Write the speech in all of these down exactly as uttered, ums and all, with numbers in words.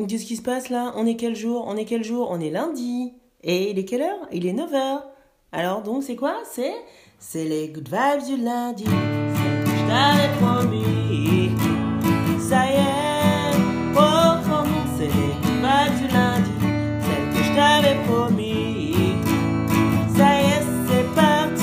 qu'est-ce qui se passe là? On est quel jour? On est quel jour? On est lundi. Et il est quelle heure? Il est neuf heures. Alors donc c'est quoi? C'est c'est les good vibes du lundi. C'est que je t'avais promis. Ça y est, oh, oh, c'est les good vibes du lundi. Celle que je t'avais promis. Ça y est, c'est parti.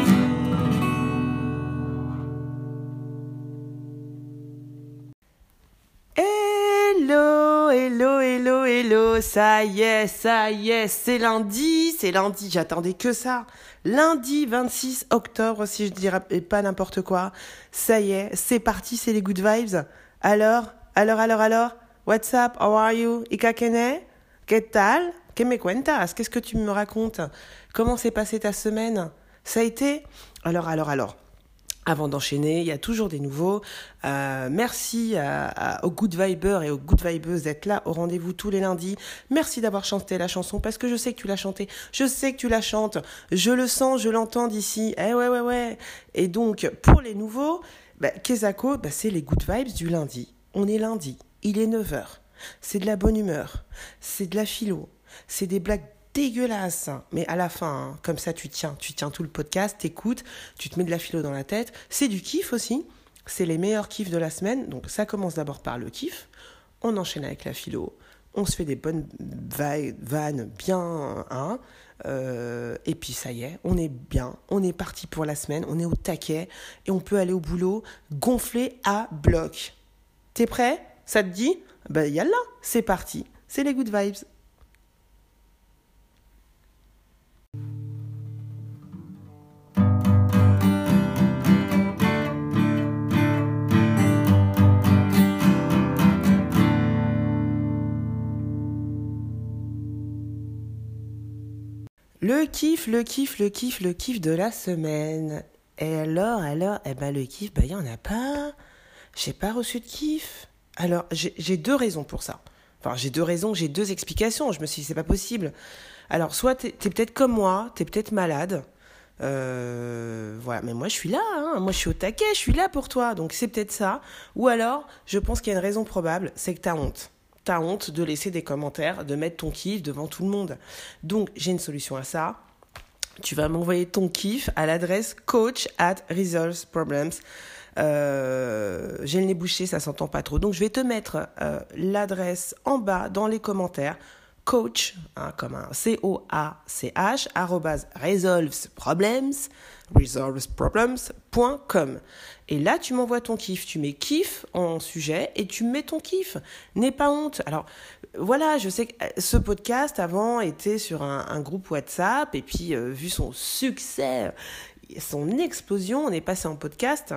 Hello, hello, hello, hello. Ça y est, ça y est, c'est lundi, c'est lundi. J'attendais que ça. Lundi vingt-six octobre, si je dirais pas n'importe quoi. Ça y est, c'est parti, c'est les good vibes. Alors, alors, alors, alors, what's up, how are you, Ika Kene? ¿Qué tal? ¿Qué me cuentas? Qu'est-ce que tu me racontes? Comment s'est passée ta semaine? Ça a été? Alors, alors, alors. Avant d'enchaîner, il y a toujours des nouveaux. Euh, merci à, à, aux Good Vibers et aux Good Vibeuses d'être là au rendez-vous tous les lundis. Merci d'avoir chanté la chanson parce que je sais que tu l'as chantée. Je sais que tu la chantes. Je le sens, je l'entends d'ici. Eh ouais, ouais, ouais. Et donc, pour les nouveaux, bah, Kezako, bah, c'est les Good Vibes du lundi. On est lundi. Il est neuf heures. C'est de la bonne humeur. C'est de la philo. C'est des blagues dégueulasse, mais à la fin, hein, comme ça tu tiens, tu tiens tout le podcast, t'écoutes, tu te mets de la philo dans la tête, c'est du kiff aussi, c'est les meilleurs kiffs de la semaine, donc ça commence d'abord par le kiff, on enchaîne avec la philo, on se fait des bonnes va- vannes bien, hein, euh, et puis ça y est, on est bien, on est parti pour la semaine, on est au taquet, et on peut aller au boulot gonflé à bloc. T'es prêt? Ça te dit? Ben yallah, c'est parti, c'est les good vibes. Le kiff, le kiff, le kiff, le kiff de la semaine. Et alors, alors, eh ben le kiff, ben il n'y en a pas. J'ai pas reçu de kiff. Alors, j'ai, j'ai deux raisons pour ça. Enfin, j'ai deux raisons, j'ai deux explications. Je me suis dit, c'est pas possible. Alors, soit t'es, t'es peut-être comme moi, t'es peut-être malade. Euh, voilà, mais moi je suis là, hein. Moi je suis au taquet, je suis là pour toi. Donc c'est peut-être ça. Ou alors, je pense qu'il y a une raison probable, c'est que t'as honte. T'as honte de laisser des commentaires, de mettre ton kiff devant tout le monde. Donc, j'ai une solution à ça. Tu vas m'envoyer ton kiff à l'adresse coach at resolves problems. Euh, j'ai le nez bouché, ça s'entend pas trop. Donc, je vais te mettre euh, l'adresse en bas dans les commentaires. Coach, hein, comme un C O A C H, arrobase resolves problems, resolves problems point com. Et là, tu m'envoies ton kiff. Tu mets kiff en sujet et tu mets ton kiff. N'aie pas honte. Alors, voilà, je sais que ce podcast, avant, était sur un, un groupe WhatsApp. Et puis, euh, vu son succès, son explosion, on est passé en podcast.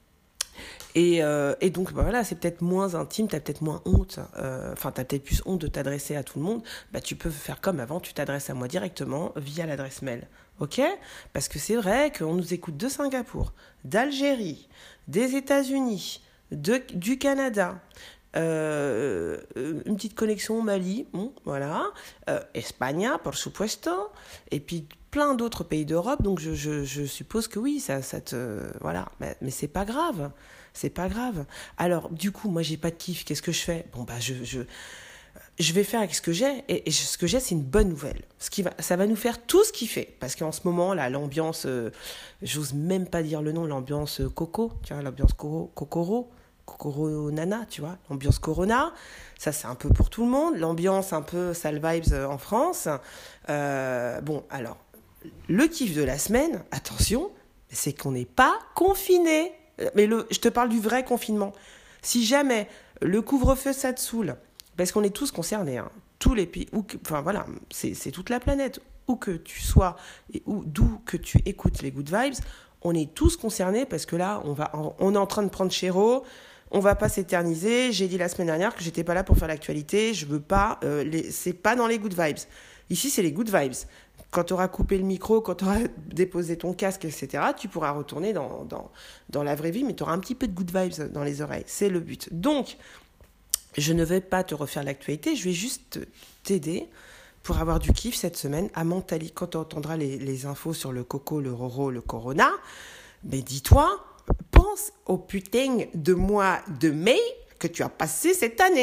Et, euh, et donc, bah voilà, c'est peut-être moins intime, t'as peut-être moins honte, euh, enfin, t'as peut-être plus honte de t'adresser à tout le monde. Bah, tu peux faire comme avant, tu t'adresses à moi directement via l'adresse mail. Ok? Parce que c'est vrai qu'on nous écoute de Singapour, d'Algérie, des États-Unis, de, du Canada, euh, une petite connexion au Mali, bon, voilà, euh, Espagne, por supuesto, et puis plein d'autres pays d'Europe. Donc, je, je, je suppose que oui, ça, ça te, voilà, mais, mais c'est pas grave. C'est pas grave. Alors, du coup, moi, j'ai pas de kiff. Qu'est-ce que je fais? Bon, bah, je, je, je vais faire avec ce que j'ai. Et, et ce que j'ai, c'est une bonne nouvelle. Ce qui va, ça va nous faire tout ce kiffer. Parce qu'en ce moment, là, l'ambiance, euh, j'ose même pas dire le nom, l'ambiance coco, tu vois, l'ambiance co- cocoro, cocoro nana, tu vois, l'ambiance corona. Ça, c'est un peu pour tout le monde. L'ambiance un peu sale vibes en France. Euh, bon, alors, le kiff de la semaine, attention, c'est qu'on n'est pas confiné. Mais le, je te parle du vrai confinement. Si jamais le couvre-feu, ça te saoule, parce qu'on est tous concernés, hein, tous les pays, où, enfin voilà, c'est, c'est toute la planète, où que tu sois, et où, d'où que tu écoutes les good vibes, on est tous concernés parce que là, on, va, on est en train de prendre Chéreau, on va pas s'éterniser. J'ai dit la semaine dernière que j'étais pas là pour faire l'actualité, je veux pas, euh, les, c'est pas dans les good vibes. Ici, c'est les good vibes. Quand tu auras coupé le micro, quand tu auras déposé ton casque, et cetera, tu pourras retourner dans, dans, dans la vraie vie, mais tu auras un petit peu de good vibes dans les oreilles. C'est le but. Donc, je ne vais pas te refaire l'actualité, je vais juste t'aider pour avoir du kiff cette semaine à mentaliser. Quand tu entendras les, les infos sur le coco, le roro, le corona, mais dis-toi, pense au putain de mois de mai que tu as passé cette année.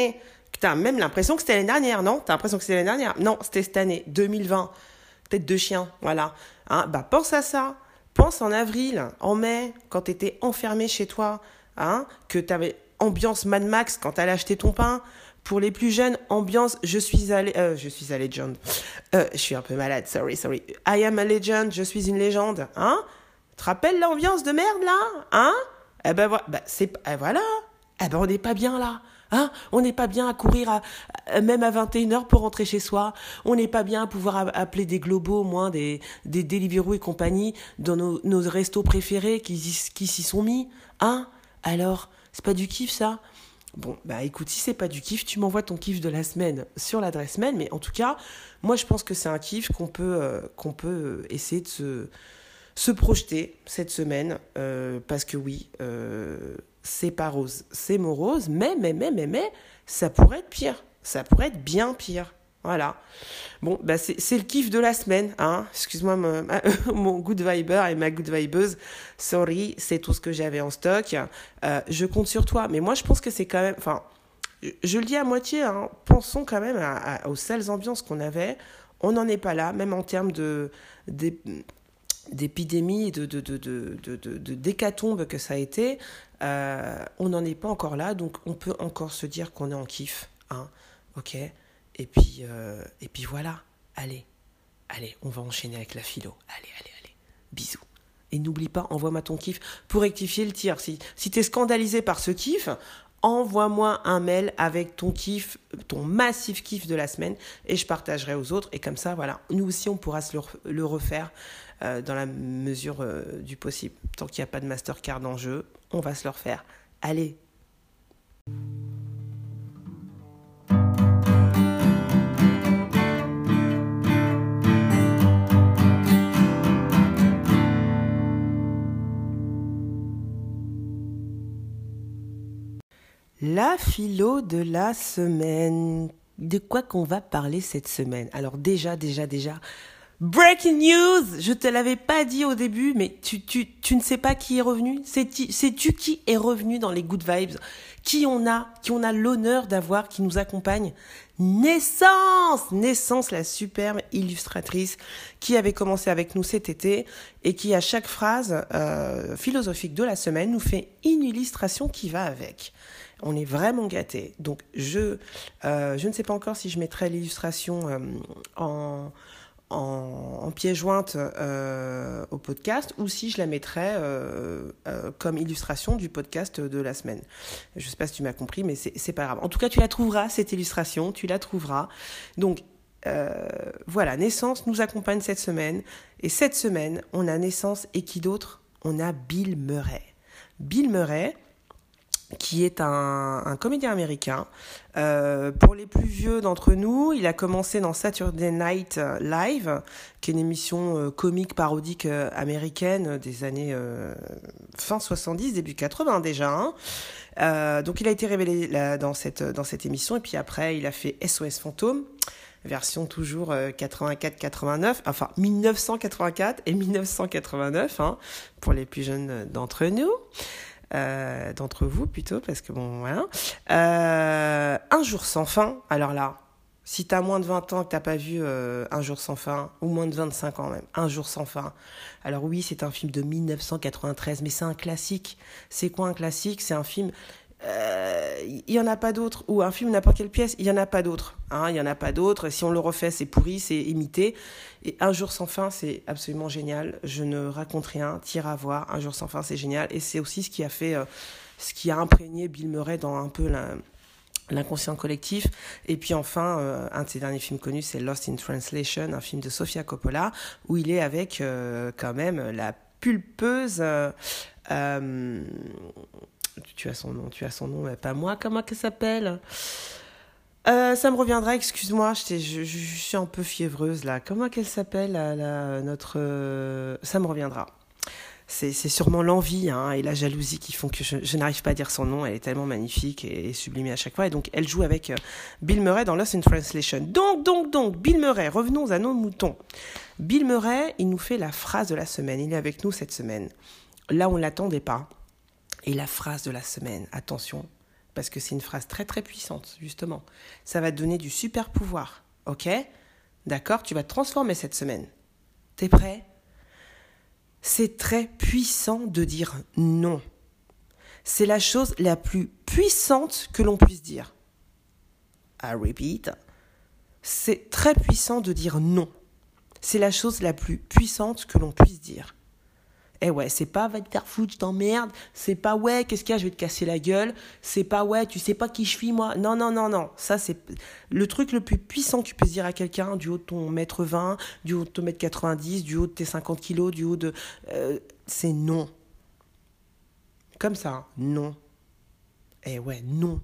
T'as même l'impression que c'était l'année dernière, non? T'as l'impression que c'était l'année dernière? Non, c'était cette année, deux mille vingt. Tête de chien, voilà. Hein, bah, pense à ça. Pense en avril, en mai, quand t'étais enfermé chez toi, hein, que t'avais ambiance Mad Max quand t'allais acheter ton pain. Pour les plus jeunes, ambiance je suis à, euh, je suis à legend. Euh, je suis un peu malade, sorry, sorry. I am a legend, je suis une légende. Hein? Tu te rappelles l'ambiance de merde là? Hein? Eh ben voilà, bah, c'est, eh, voilà. Eh ben on n'est pas bien là. Hein? On n'est pas bien à courir à, à, même à vingt et une heures pour rentrer chez soi. On n'est pas bien à pouvoir a, appeler des globaux, au moins des, des Deliveroo et compagnie, dans nos, nos restos préférés qui, qui s'y sont mis. Hein? Alors, c'est pas du kiff ça? Bon, bah écoute, si c'est pas du kiff, tu m'envoies ton kiff de la semaine sur l'adresse mail, mais en tout cas, moi je pense que c'est un kiff qu'on peut, euh, qu'on peut essayer de se, se projeter cette semaine, euh, parce que oui, euh, c'est pas rose, c'est morose, mais, mais, mais, mais, mais, ça pourrait être pire, ça pourrait être bien pire. Voilà. Bon, bah c'est, c'est le kiff de la semaine, hein. Excuse-moi mon, mon good viber et ma good vibeuse. Sorry, c'est tout ce que j'avais en stock. Euh, je compte sur toi. Mais moi, je pense que c'est quand même... Enfin, je, je le dis à moitié, hein. Pensons quand même à, à, aux sales ambiances qu'on avait. On n'en est pas là, même en termes de... de d'épidémie et de, de, de, de, de, de, de d'hécatombe que ça a été. Euh, on n'en est pas encore là, donc on peut encore se dire qu'on est en kiff, hein. Ok. Et puis, euh, et puis voilà, allez, allez, on va enchaîner avec la philo. Allez, allez, allez, bisous. Et n'oublie pas, envoie-moi ton kiff pour rectifier le tir. Si, si t'es scandalisé par ce kiff, envoie-moi un mail avec ton kiff, ton massif kiff de la semaine et je partagerai aux autres. Et comme ça, voilà, nous aussi, on pourra se le, le refaire euh, dans la mesure euh, du possible. Tant qu'il n'y a pas de Mastercard en jeu, on va se le refaire. Allez. La philo de la semaine. De quoi qu'on va parler cette semaine? Alors déjà, déjà, déjà, breaking news! Je te l'avais pas dit au début, mais tu, tu, tu ne sais pas qui est revenu? C'est-tu, sais-tu qui est revenu dans les Good Vibes? Qui on a, qui on a l'honneur d'avoir, qui nous accompagne? Naissance! Naissance, la superbe illustratrice qui avait commencé avec nous cet été et qui, à chaque phrase euh, philosophique de la semaine, nous fait une illustration qui va avec. On est vraiment gâtés. Donc, je, euh, je ne sais pas encore si je mettrai l'illustration euh, en, en, en pièce jointe euh, au podcast ou si je la mettrai euh, euh, comme illustration du podcast de la semaine. Je ne sais pas si tu m'as compris, mais c'est, c'est pas grave. En tout cas, tu la trouveras, cette illustration, tu la trouveras. Donc, euh, voilà, Naissance nous accompagne cette semaine. Et cette semaine, on a Naissance et qui d'autre? On a Bill Murray. Bill Murray, qui est un, un comédien américain. Euh, pour les plus vieux d'entre nous, il a commencé dans Saturday Night Live, qui est une émission euh, comique parodique euh, américaine des années euh, fin soixante-dix, début quatre-vingts déjà. Hein. Euh, donc il a été révélé là, dans, cette, dans cette émission, et puis après il a fait S O S Fantôme, version toujours euh, quatre-vingt-quatre quatre-vingt-neuf, enfin dix-neuf cent quatre-vingt-quatre et dix-neuf cent quatre-vingt-neuf, hein, pour les plus jeunes d'entre nous. Euh, d'entre vous plutôt, parce que bon, voilà. Euh, Un jour sans fin, alors là, si t'as moins de vingt ans que t'as pas vu euh, Un jour sans fin, ou moins de vingt-cinq ans même, Un jour sans fin, alors oui, c'est un film de dix-neuf cent quatre-vingt-treize, mais c'est un classique. C'est quoi un classique? C'est un film... Il euh, y en a pas d'autres, ou un film n'importe quelle pièce, il y en a pas d'autres, hein, il y en a pas d'autres. Si on le refait, c'est pourri, c'est imité. Et Un jour sans fin, c'est absolument génial. Je ne raconte rien, tire à voir. Un jour sans fin, c'est génial, et c'est aussi ce qui a fait, euh, ce qui a imprégné Bill Murray dans un peu la, l'inconscient collectif. Et puis enfin, euh, un de ses derniers films connus, c'est Lost in Translation, un film de Sofia Coppola, où il est avec euh, quand même la pulpeuse. Euh, euh, Tu as son nom, tu as son nom, mais pas moi. Comment qu'elle s'appelle? euh, Ça me reviendra, excuse-moi, je, je, je suis un peu fiévreuse là. Comment qu'elle s'appelle, la, la, notre... Euh, ça me reviendra. C'est, c'est sûrement l'envie hein, et la jalousie qui font que je, je n'arrive pas à dire son nom. Elle est tellement magnifique et, et sublimée à chaque fois. Et donc, elle joue avec euh, Bill Murray dans Lost in Translation. Donc, donc, donc, Bill Murray, revenons à nos moutons. Bill Murray, il nous fait la phrase de la semaine. Il est avec nous cette semaine. Là, on ne l'attendait pas. Et la phrase de la semaine, attention, parce que c'est une phrase très très puissante, justement. Ça va te donner du super pouvoir, ok ? D'accord ? Tu vas te transformer cette semaine. T'es prêt ? C'est très puissant de dire non. C'est la chose la plus puissante que l'on puisse dire. I repeat. C'est très puissant de dire non. C'est la chose la plus puissante que l'on puisse dire. Eh ouais, c'est pas va te faire foutre, je t'emmerde. C'est pas ouais, qu'est-ce qu'il y a, je vais te casser la gueule. C'est pas ouais, tu sais pas qui je suis moi. Non, non, non, non. Ça, c'est le truc le plus puissant que tu puisses dire à quelqu'un, du haut de ton mètre vingt, du haut de ton mètre quatre-vingt-dix, du haut de tes cinquante kilos, du haut de. Euh, c'est non. Comme ça, hein, non. Eh ouais, non.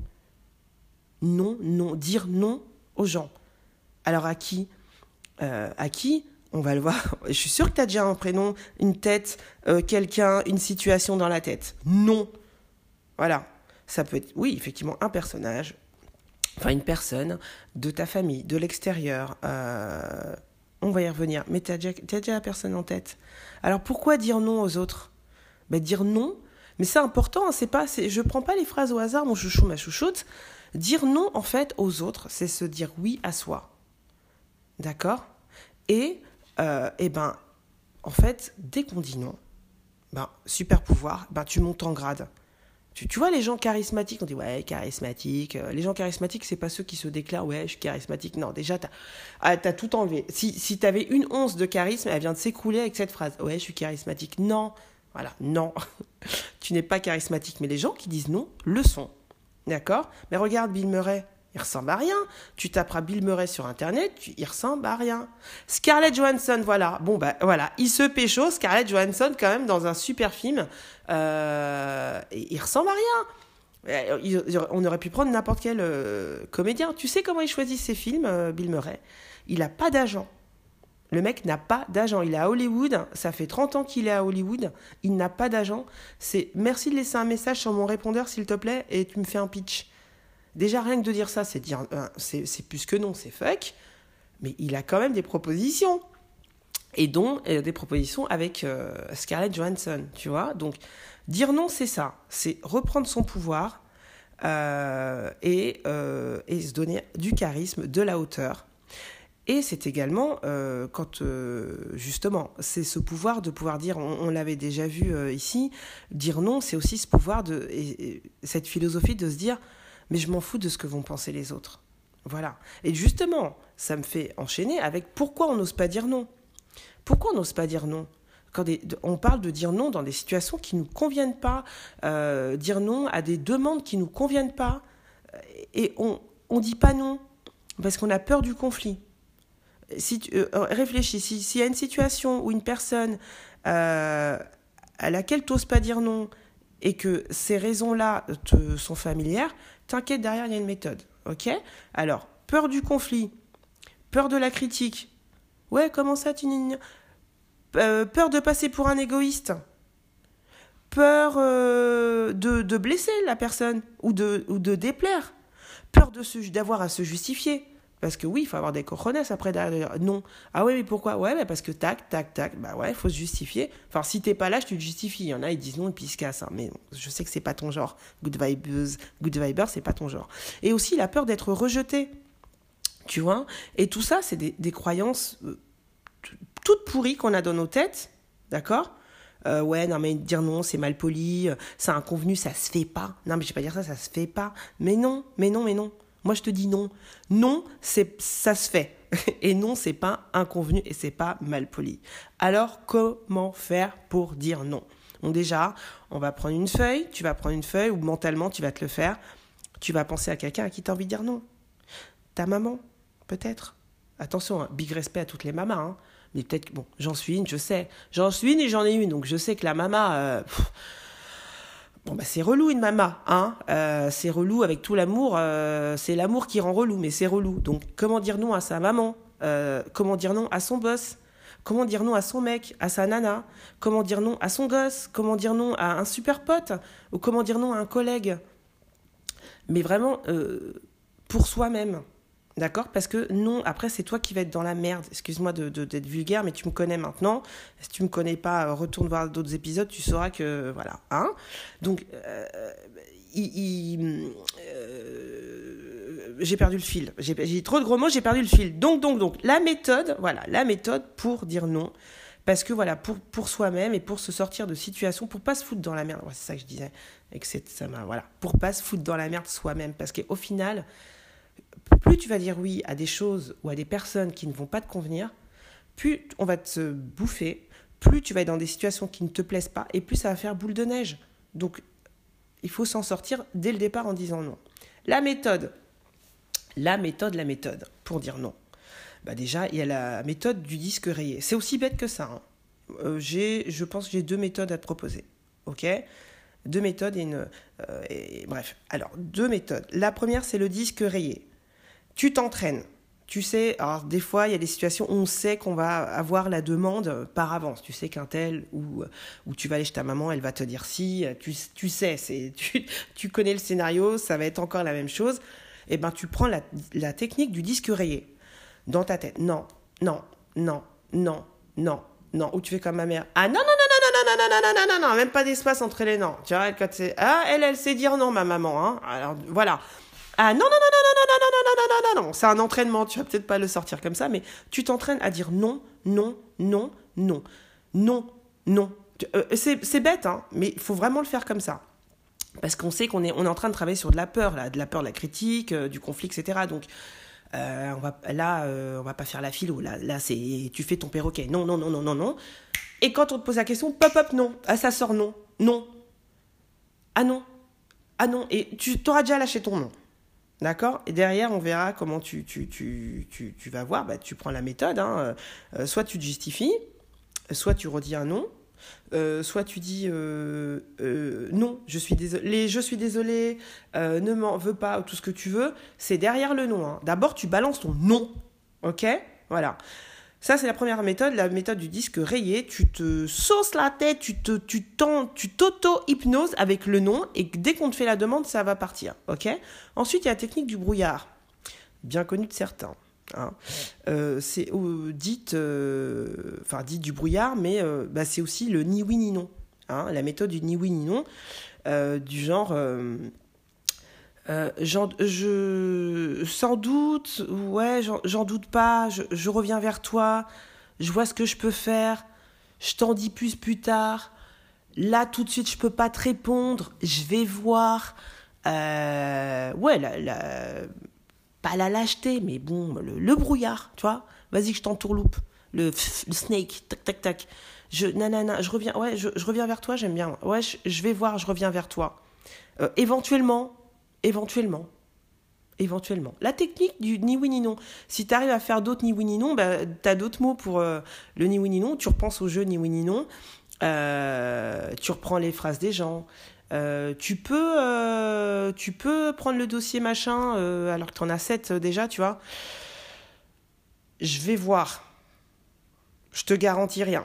Non, non. Dire non aux gens. Alors à qui euh, À qui On va le voir. Je suis sûre que tu as déjà un prénom, une tête, euh, quelqu'un, une situation dans la tête. Non. Voilà. Ça peut être, oui, effectivement, un personnage, enfin une personne de ta famille, de l'extérieur. Euh, on va y revenir. Mais tu as déjà, t'as déjà la personne en tête. Alors pourquoi dire non aux autres ? Ben, dire non, mais c'est important. Hein, c'est pas, c'est, je ne prends pas les phrases au hasard, mon chouchou, ma chouchoute. Dire non, en fait, aux autres, c'est se dire oui à soi. D'accord ? Et, euh, et ben, en fait, dès qu'on dit non, ben, super pouvoir, ben, tu montes en grade. Tu, tu vois, les gens charismatiques, on dit ouais, charismatique. Les gens charismatiques, c'est pas ceux qui se déclarent ouais, je suis charismatique. Non, déjà, t'as, ah, t'as tout enlevé. Si, si t'avais une once de charisme, elle vient de s'écrouler avec cette phrase. Ouais, je suis charismatique. Non, voilà, non. Tu n'es pas charismatique. Mais les gens qui disent non le sont. D'accord ? Mais regarde Bill Murray. Il ressemble à rien. Tu taperas Bill Murray sur Internet, tu, il ressemble à rien. Scarlett Johansson, voilà. Bon, bah voilà. Il se pécho, Scarlett Johansson, quand même, dans un super film. Euh, et il ressemble à rien. Il, on aurait pu prendre n'importe quel euh, comédien. Tu sais comment il choisit ses films, euh, Bill Murray ? Il n'a pas d'agent. Le mec n'a pas d'agent. Il est à Hollywood. Ça fait trente ans qu'il est à Hollywood. Il n'a pas d'agent. C'est merci de laisser un message sur mon répondeur, s'il te plaît, et tu me fais un pitch. Déjà, rien que de dire ça, c'est dire, euh, c'est, c'est plus que non, c'est fuck. Mais il a quand même des propositions. Et dont euh, des propositions avec euh, Scarlett Johansson, tu vois. Donc, dire non, c'est ça. C'est reprendre son pouvoir euh, et, euh, et se donner du charisme, de la hauteur. Et c'est également, euh, quand, euh, justement, c'est ce pouvoir de pouvoir dire, on, on l'avait déjà vu euh, ici, dire non, c'est aussi ce pouvoir, de, et, et cette philosophie de se dire, mais je m'en fous de ce que vont penser les autres. Voilà. Et justement, ça me fait enchaîner avec pourquoi on n'ose pas dire non. Pourquoi on n'ose pas dire non ? Quand des, on parle de dire non dans des situations qui ne nous conviennent pas, euh, dire non à des demandes qui ne nous conviennent pas, et on ne dit pas non parce qu'on a peur du conflit. Si tu, euh, réfléchis, si, s'il y a une situation où une personne euh, à laquelle tu n'oses pas dire non et que ces raisons-là te sont familières, t'inquiète, derrière, il y a une méthode. Ok ? Alors, peur du conflit, peur de la critique. Ouais, comment ça, tu n'y... Euh, peur de passer pour un égoïste. Peur euh, de, de blesser la personne ou de, ou de déplaire. Peur de se, d'avoir à se justifier. Parce que oui, il faut avoir des cojones après derrière. Non. Ah ouais, mais pourquoi ? Ouais, bah parce que tac, tac, tac. Bah ouais, il faut se justifier. Enfin, si t'es pas là, je te le justifie. Il y en a, ils disent non et puis ils se cassent. Hein. Mais bon, je sais que c'est pas ton genre. Good vibes, good viber, c'est pas ton genre. Et aussi la peur d'être rejeté. Tu vois ? Et tout ça, c'est des, des croyances euh, toutes pourries qu'on a dans nos têtes. D'accord ? Euh, ouais, non, mais dire non, c'est mal poli. C'est un convenu, ça se fait pas. Non, mais je vais pas dire ça, ça se fait pas. Mais non, mais non, mais non. Moi, je te dis non. Non, c'est, ça se fait. Et non, c'est pas inconvenu et c'est pas mal poli. Alors, comment faire pour dire non ? Bon, déjà, on va prendre une feuille. Tu vas prendre une feuille ou mentalement, tu vas te le faire. Tu vas penser à quelqu'un à qui tu as envie de dire non. Ta maman, peut-être. Attention, hein, big respect à toutes les mamas. Hein. Mais peut-être que, bon, j'en suis une, je sais. J'en suis une et j'en ai une. Donc, je sais que la maman... Euh, pff, Bon, bah, c'est relou une maman, hein. Euh, c'est relou avec tout l'amour. Euh, c'est l'amour qui rend relou, mais c'est relou. Donc, comment dire non à sa maman ? euh, Comment dire non à son boss ? Comment dire non à son mec, à sa nana ? Comment dire non à son gosse ? Comment dire non à un super pote ? Ou comment dire non à un collègue ? Mais vraiment, euh, pour soi-même. D'accord ? Parce que non, après, c'est toi qui vas être dans la merde. Excuse-moi de, de, d'être vulgaire, mais tu me connais maintenant. Si tu me connais pas, retourne voir d'autres épisodes, tu sauras que... Voilà. Hein ? Donc, euh, il, il, euh, j'ai perdu le fil. J'ai, j'ai dit trop de gros mots, j'ai perdu le fil. Donc, donc, donc, la méthode, voilà, la méthode pour dire non. Parce que voilà, pour, pour soi-même et pour se sortir de situation, pour pas se foutre dans la merde. Ouais, c'est ça que je disais. Et que c'est, ça m'a, voilà, pour pas se foutre dans la merde soi-même. Parce qu'au final, plus tu vas dire oui à des choses ou à des personnes qui ne vont pas te convenir, plus on va te bouffer, plus tu vas être dans des situations qui ne te plaisent pas, et plus ça va faire boule de neige. Donc, il faut s'en sortir dès le départ en disant non. La méthode, la méthode, la méthode, pour dire non. Bah déjà, il y a la méthode du disque rayé. C'est aussi bête que ça. Hein. Euh, j'ai, je pense que j'ai deux méthodes à te proposer. Ok ? Deux méthodes et une... Euh, et, bref, alors, deux méthodes. La première, c'est le disque rayé. Tu t'entraînes. Tu sais, alors des fois, il y a des situations où on sait qu'on va avoir la demande par avance. Tu sais qu'un tel, où, où tu vas aller chez ta maman, elle va te dire si. Tu, tu sais, c'est, tu, tu connais le scénario, ça va être encore la même chose. Eh bien, tu prends la, la technique du disque rayé. Dans ta tête, non, non, non, non, non, non. Ou tu fais comme ma mère. Ah non, non, non, non, non, non, non, non, non, non, non, même pas d'espace entre les noms. Tu vois, quand c'est... Ah, elle, elle sait dire non, ma maman. Hein. Alors, voilà. Ah non, non, non, non, non, non, non, non, non, non, non, non. C'est un entraînement, tu vas peut-être pas le sortir comme ça, mais tu t'entraînes à dire non, non, non, non, non, non. Euh, c'est, c'est bête, hein, mais il faut vraiment le faire comme ça. Parce qu'on sait qu'on est, on est en train de travailler sur de la peur, là, de la peur de la critique, euh, du conflit, et cetera. Donc, Euh, on va, là, euh, on va pas faire la philo. Là, là, c'est, tu fais ton perroquet. Non, non, non, non, non, non. Et quand on te pose la question, pop, pop, non. Ah, ça sort non. Non. Ah non. Ah non. Et tu t'auras déjà lâché ton nom. D'accord ? Et derrière, on verra comment tu, tu, tu, tu, tu vas voir. Bah, tu prends la méthode. Hein. Euh, soit tu te justifies, soit tu redis un non. Euh, soit tu dis euh, euh, non, je suis désolé, je suis désolé, euh, ne m'en veux pas, tout ce que tu veux, c'est derrière le non. Hein. D'abord, tu balances ton non, ok ? Voilà. Ça, c'est la première méthode, la méthode du disque rayé. Tu te sauces la tête, tu, te, tu, tu t'auto-hypnoses avec le non, et dès qu'on te fait la demande, ça va partir, ok ? Ensuite, il y a la technique du brouillard, bien connue de certains. Hein. Euh, c'est euh, dite, euh, enfin dite du brouillard, mais euh, bah, c'est aussi le ni oui ni non. Hein, la méthode du ni oui ni non, euh, du genre, euh, euh, j'en, je, sans doute, ouais, j'en, j'en doute pas, je, je reviens vers toi, je vois ce que je peux faire, je t'en dis plus plus tard. Là tout de suite, je peux pas te répondre, je vais voir. Euh, ouais, la, la pas la lâcheté, mais bon, le, le brouillard, tu vois. Vas-y que je t'entourloupe. Le, le snake, tac, tac, tac. Je, nanana, je reviens, ouais, je, je reviens vers toi, j'aime bien. Ouais, je, je vais voir, je reviens vers toi. Euh, éventuellement, éventuellement, éventuellement. La technique du ni oui ni non. Si tu arrives à faire d'autres ni oui ni non, bah, tu as d'autres mots pour euh, le ni oui ni non. Tu repenses au jeu ni oui ni non. Euh, tu reprends les phrases des gens. Euh, tu peux euh, tu peux prendre le dossier machin euh, alors que tu en as sept euh, déjà, tu vois. Je vais voir. Je te garantis rien.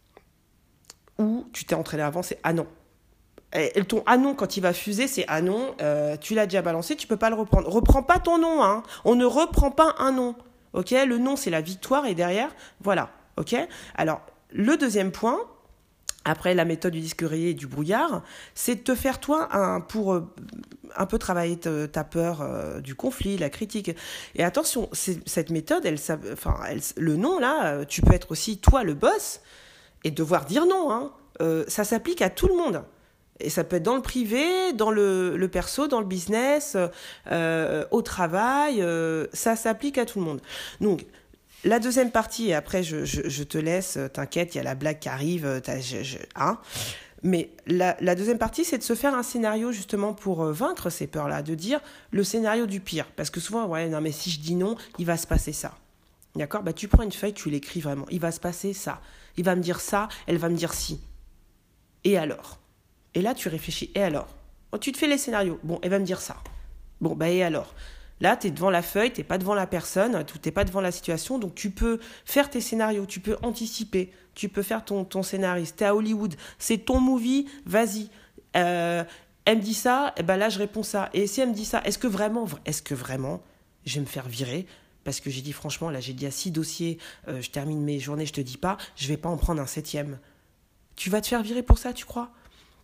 Ou tu t'es entraîné avant, c'est ah non. Et ton ah non, quand il va fuser, c'est ah non, euh, tu l'as déjà balancé, tu peux pas le reprendre. Reprends pas ton nom, hein. On ne reprend pas un nom. Ok ? Le nom, c'est la victoire et derrière, voilà. Ok ? Alors, le deuxième point, après la méthode du disque rayé et du brouillard, c'est de te faire toi un, pour euh, un peu travailler te, ta peur euh, du conflit, la critique. Et attention, c'est, cette méthode, elle, ça, enfin, elle, le non là, tu peux être aussi toi le boss et devoir dire non. Hein. Euh, ça s'applique à tout le monde. Et ça peut être dans le privé, dans le, le perso, dans le business, euh, au travail, euh, ça s'applique à tout le monde. Donc, la deuxième partie, et après je, je, je te laisse, t'inquiète, il y a la blague qui arrive, je, je, hein. Mais la, la deuxième partie, c'est de se faire un scénario justement pour vaincre ces peurs-là, de dire le scénario du pire. Parce que souvent, ouais, non mais si je dis non, il va se passer ça. D'accord ? Bah tu prends une feuille, tu l'écris vraiment. Il va se passer ça. Il va me dire ça, elle va me dire si. Et alors ? Et là, tu réfléchis. Et alors ? Bon, tu te fais les scénarios. Bon, elle va me dire ça. Bon, bah et alors ? Là, tu es devant la feuille, tu n'es pas devant la personne, tu n'es pas devant la situation, donc tu peux faire tes scénarios, tu peux anticiper, tu peux faire ton, ton scénariste. Tu es à Hollywood, c'est ton movie, vas-y. Euh, elle me dit ça, et ben là, je réponds ça. Et si elle me dit ça, est-ce que vraiment, est-ce que vraiment, je vais me faire virer ? Parce que j'ai dit, franchement, là, j'ai dit à six dossiers, euh, je termine mes journées, je te dis pas, je vais pas en prendre un septième. Tu vas te faire virer pour ça, tu crois ?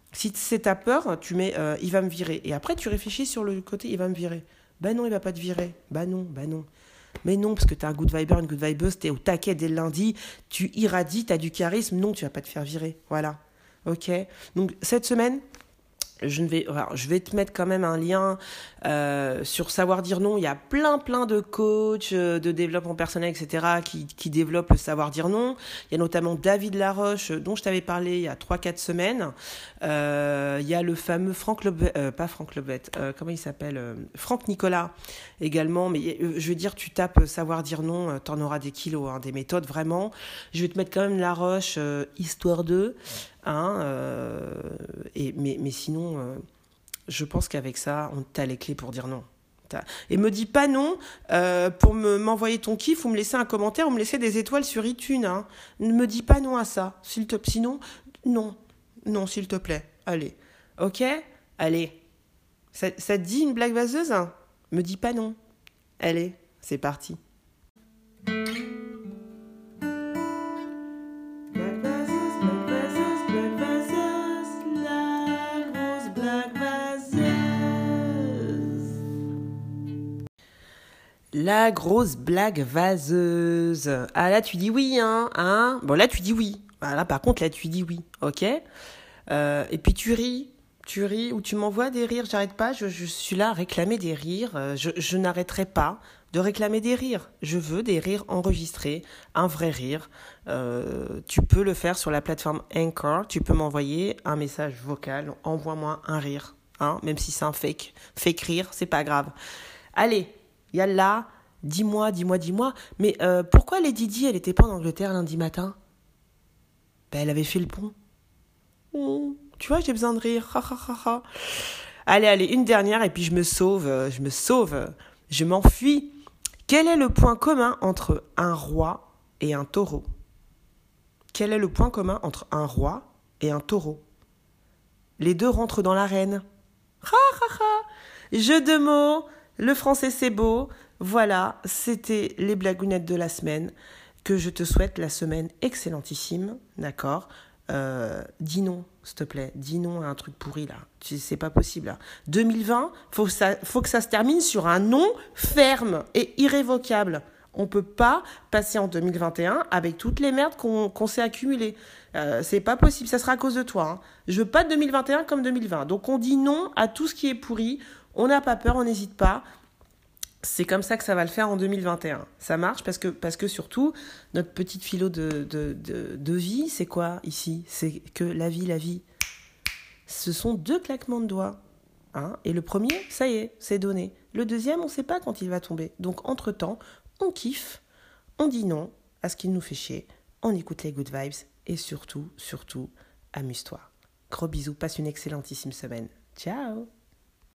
Si c'est ta peur, tu mets euh, il va me virer. Et après, tu réfléchis sur le côté il va me virer. Bah non, il va pas te virer. Bah non, bah non. Mais non, parce que t'es un good viber, une good vibeuse, t'es au taquet dès le lundi, tu irradies, t'as du charisme. Non, tu vas pas te faire virer. Voilà. Ok. Donc, cette semaine, je, ne vais, alors, je vais te mettre quand même un lien euh, sur savoir dire non. Il y a plein, plein de coachs euh, de développement personnel, et cetera, qui, qui développent le savoir dire non. Il y a notamment David Laroche, dont je t'avais parlé il y a trois quatre semaines. Euh, il y a le fameux Franck Lebet, euh, pas Franck Lebet, euh, comment il s'appelle euh, Franck Nicolas également. Mais euh, je veux dire, tu tapes savoir dire non, euh, t'en auras des kilos, hein, des méthodes vraiment. Je vais te mettre quand même Laroche, euh, histoire de... Hein, euh, et, mais, mais sinon, euh, je pense qu'avec ça, on t'a les clés pour dire non. T'as... Et me dis pas non euh, pour me, m'envoyer ton kiff ou me laisser un commentaire ou me laisser des étoiles sur iTunes. Hein. Ne me dis pas non à ça. S'il te... Sinon, non. Non, s'il te plaît. Allez. Ok. Allez. Ça, ça te dit une blague vaseuse, hein? Me dis pas non. Allez, c'est parti. La grosse blague vaseuse. Ah là tu dis oui, hein, hein. Bon là tu dis oui. Ah, là par contre là tu dis oui, ok. Euh, et puis tu ris, tu ris ou tu m'envoies des rires. J'arrête pas, je, je suis là à réclamer des rires. Euh, je, je n'arrêterai pas de réclamer des rires. Je veux des rires enregistrés, un vrai rire. Euh, tu peux le faire sur la plateforme Anchor. Tu peux m'envoyer un message vocal. Envoie-moi un rire, hein. Même si c'est un fake, fake rire, c'est pas grave. Allez. Yallah, dis-moi, dis-moi, dis-moi. Mais euh, pourquoi Lady Di, elle était pas en Angleterre lundi matin? Ben, elle avait fait le pont. Oh, tu vois, j'ai besoin de rire. Ha, ha, ha, ha. Allez, allez, une dernière et puis je me sauve, je me sauve, je m'enfuis. Quel est le point commun entre un roi et un taureau? Quel est le point commun entre un roi et un taureau? Les deux rentrent dans l'arène. Ha, ha, ha. Jeu de mots. Le français c'est beau, voilà, c'était les blagounettes de la semaine, que je te souhaite la semaine excellentissime, d'accord euh, Dis non, s'il te plaît, dis non à un truc pourri là, c'est pas possible là. deux mille vingt, faut que ça, faut que ça se termine sur un non ferme et irrévocable. On peut pas passer en deux mille vingt et un avec toutes les merdes qu'on, qu'on s'est accumulées. Euh, c'est pas possible, ça sera à cause de toi. Hein. Je veux pas de deux mille vingt et un comme deux mille vingt. Donc on dit non à tout ce qui est pourri. On n'a pas peur, on n'hésite pas. C'est comme ça que ça va le faire en deux mille vingt et un. Ça marche parce que, parce que surtout, notre petite philo de, de, de, de vie, c'est quoi ici? C'est que la vie, la vie, ce sont deux claquements de doigts. Hein, et le premier, ça y est, c'est donné. Le deuxième, on ne sait pas quand il va tomber. Donc, entre-temps, on kiffe, on dit non à ce qui nous fait chier, on écoute les good vibes et surtout, surtout, amuse-toi. Gros bisous, passe une excellentissime semaine. Ciao!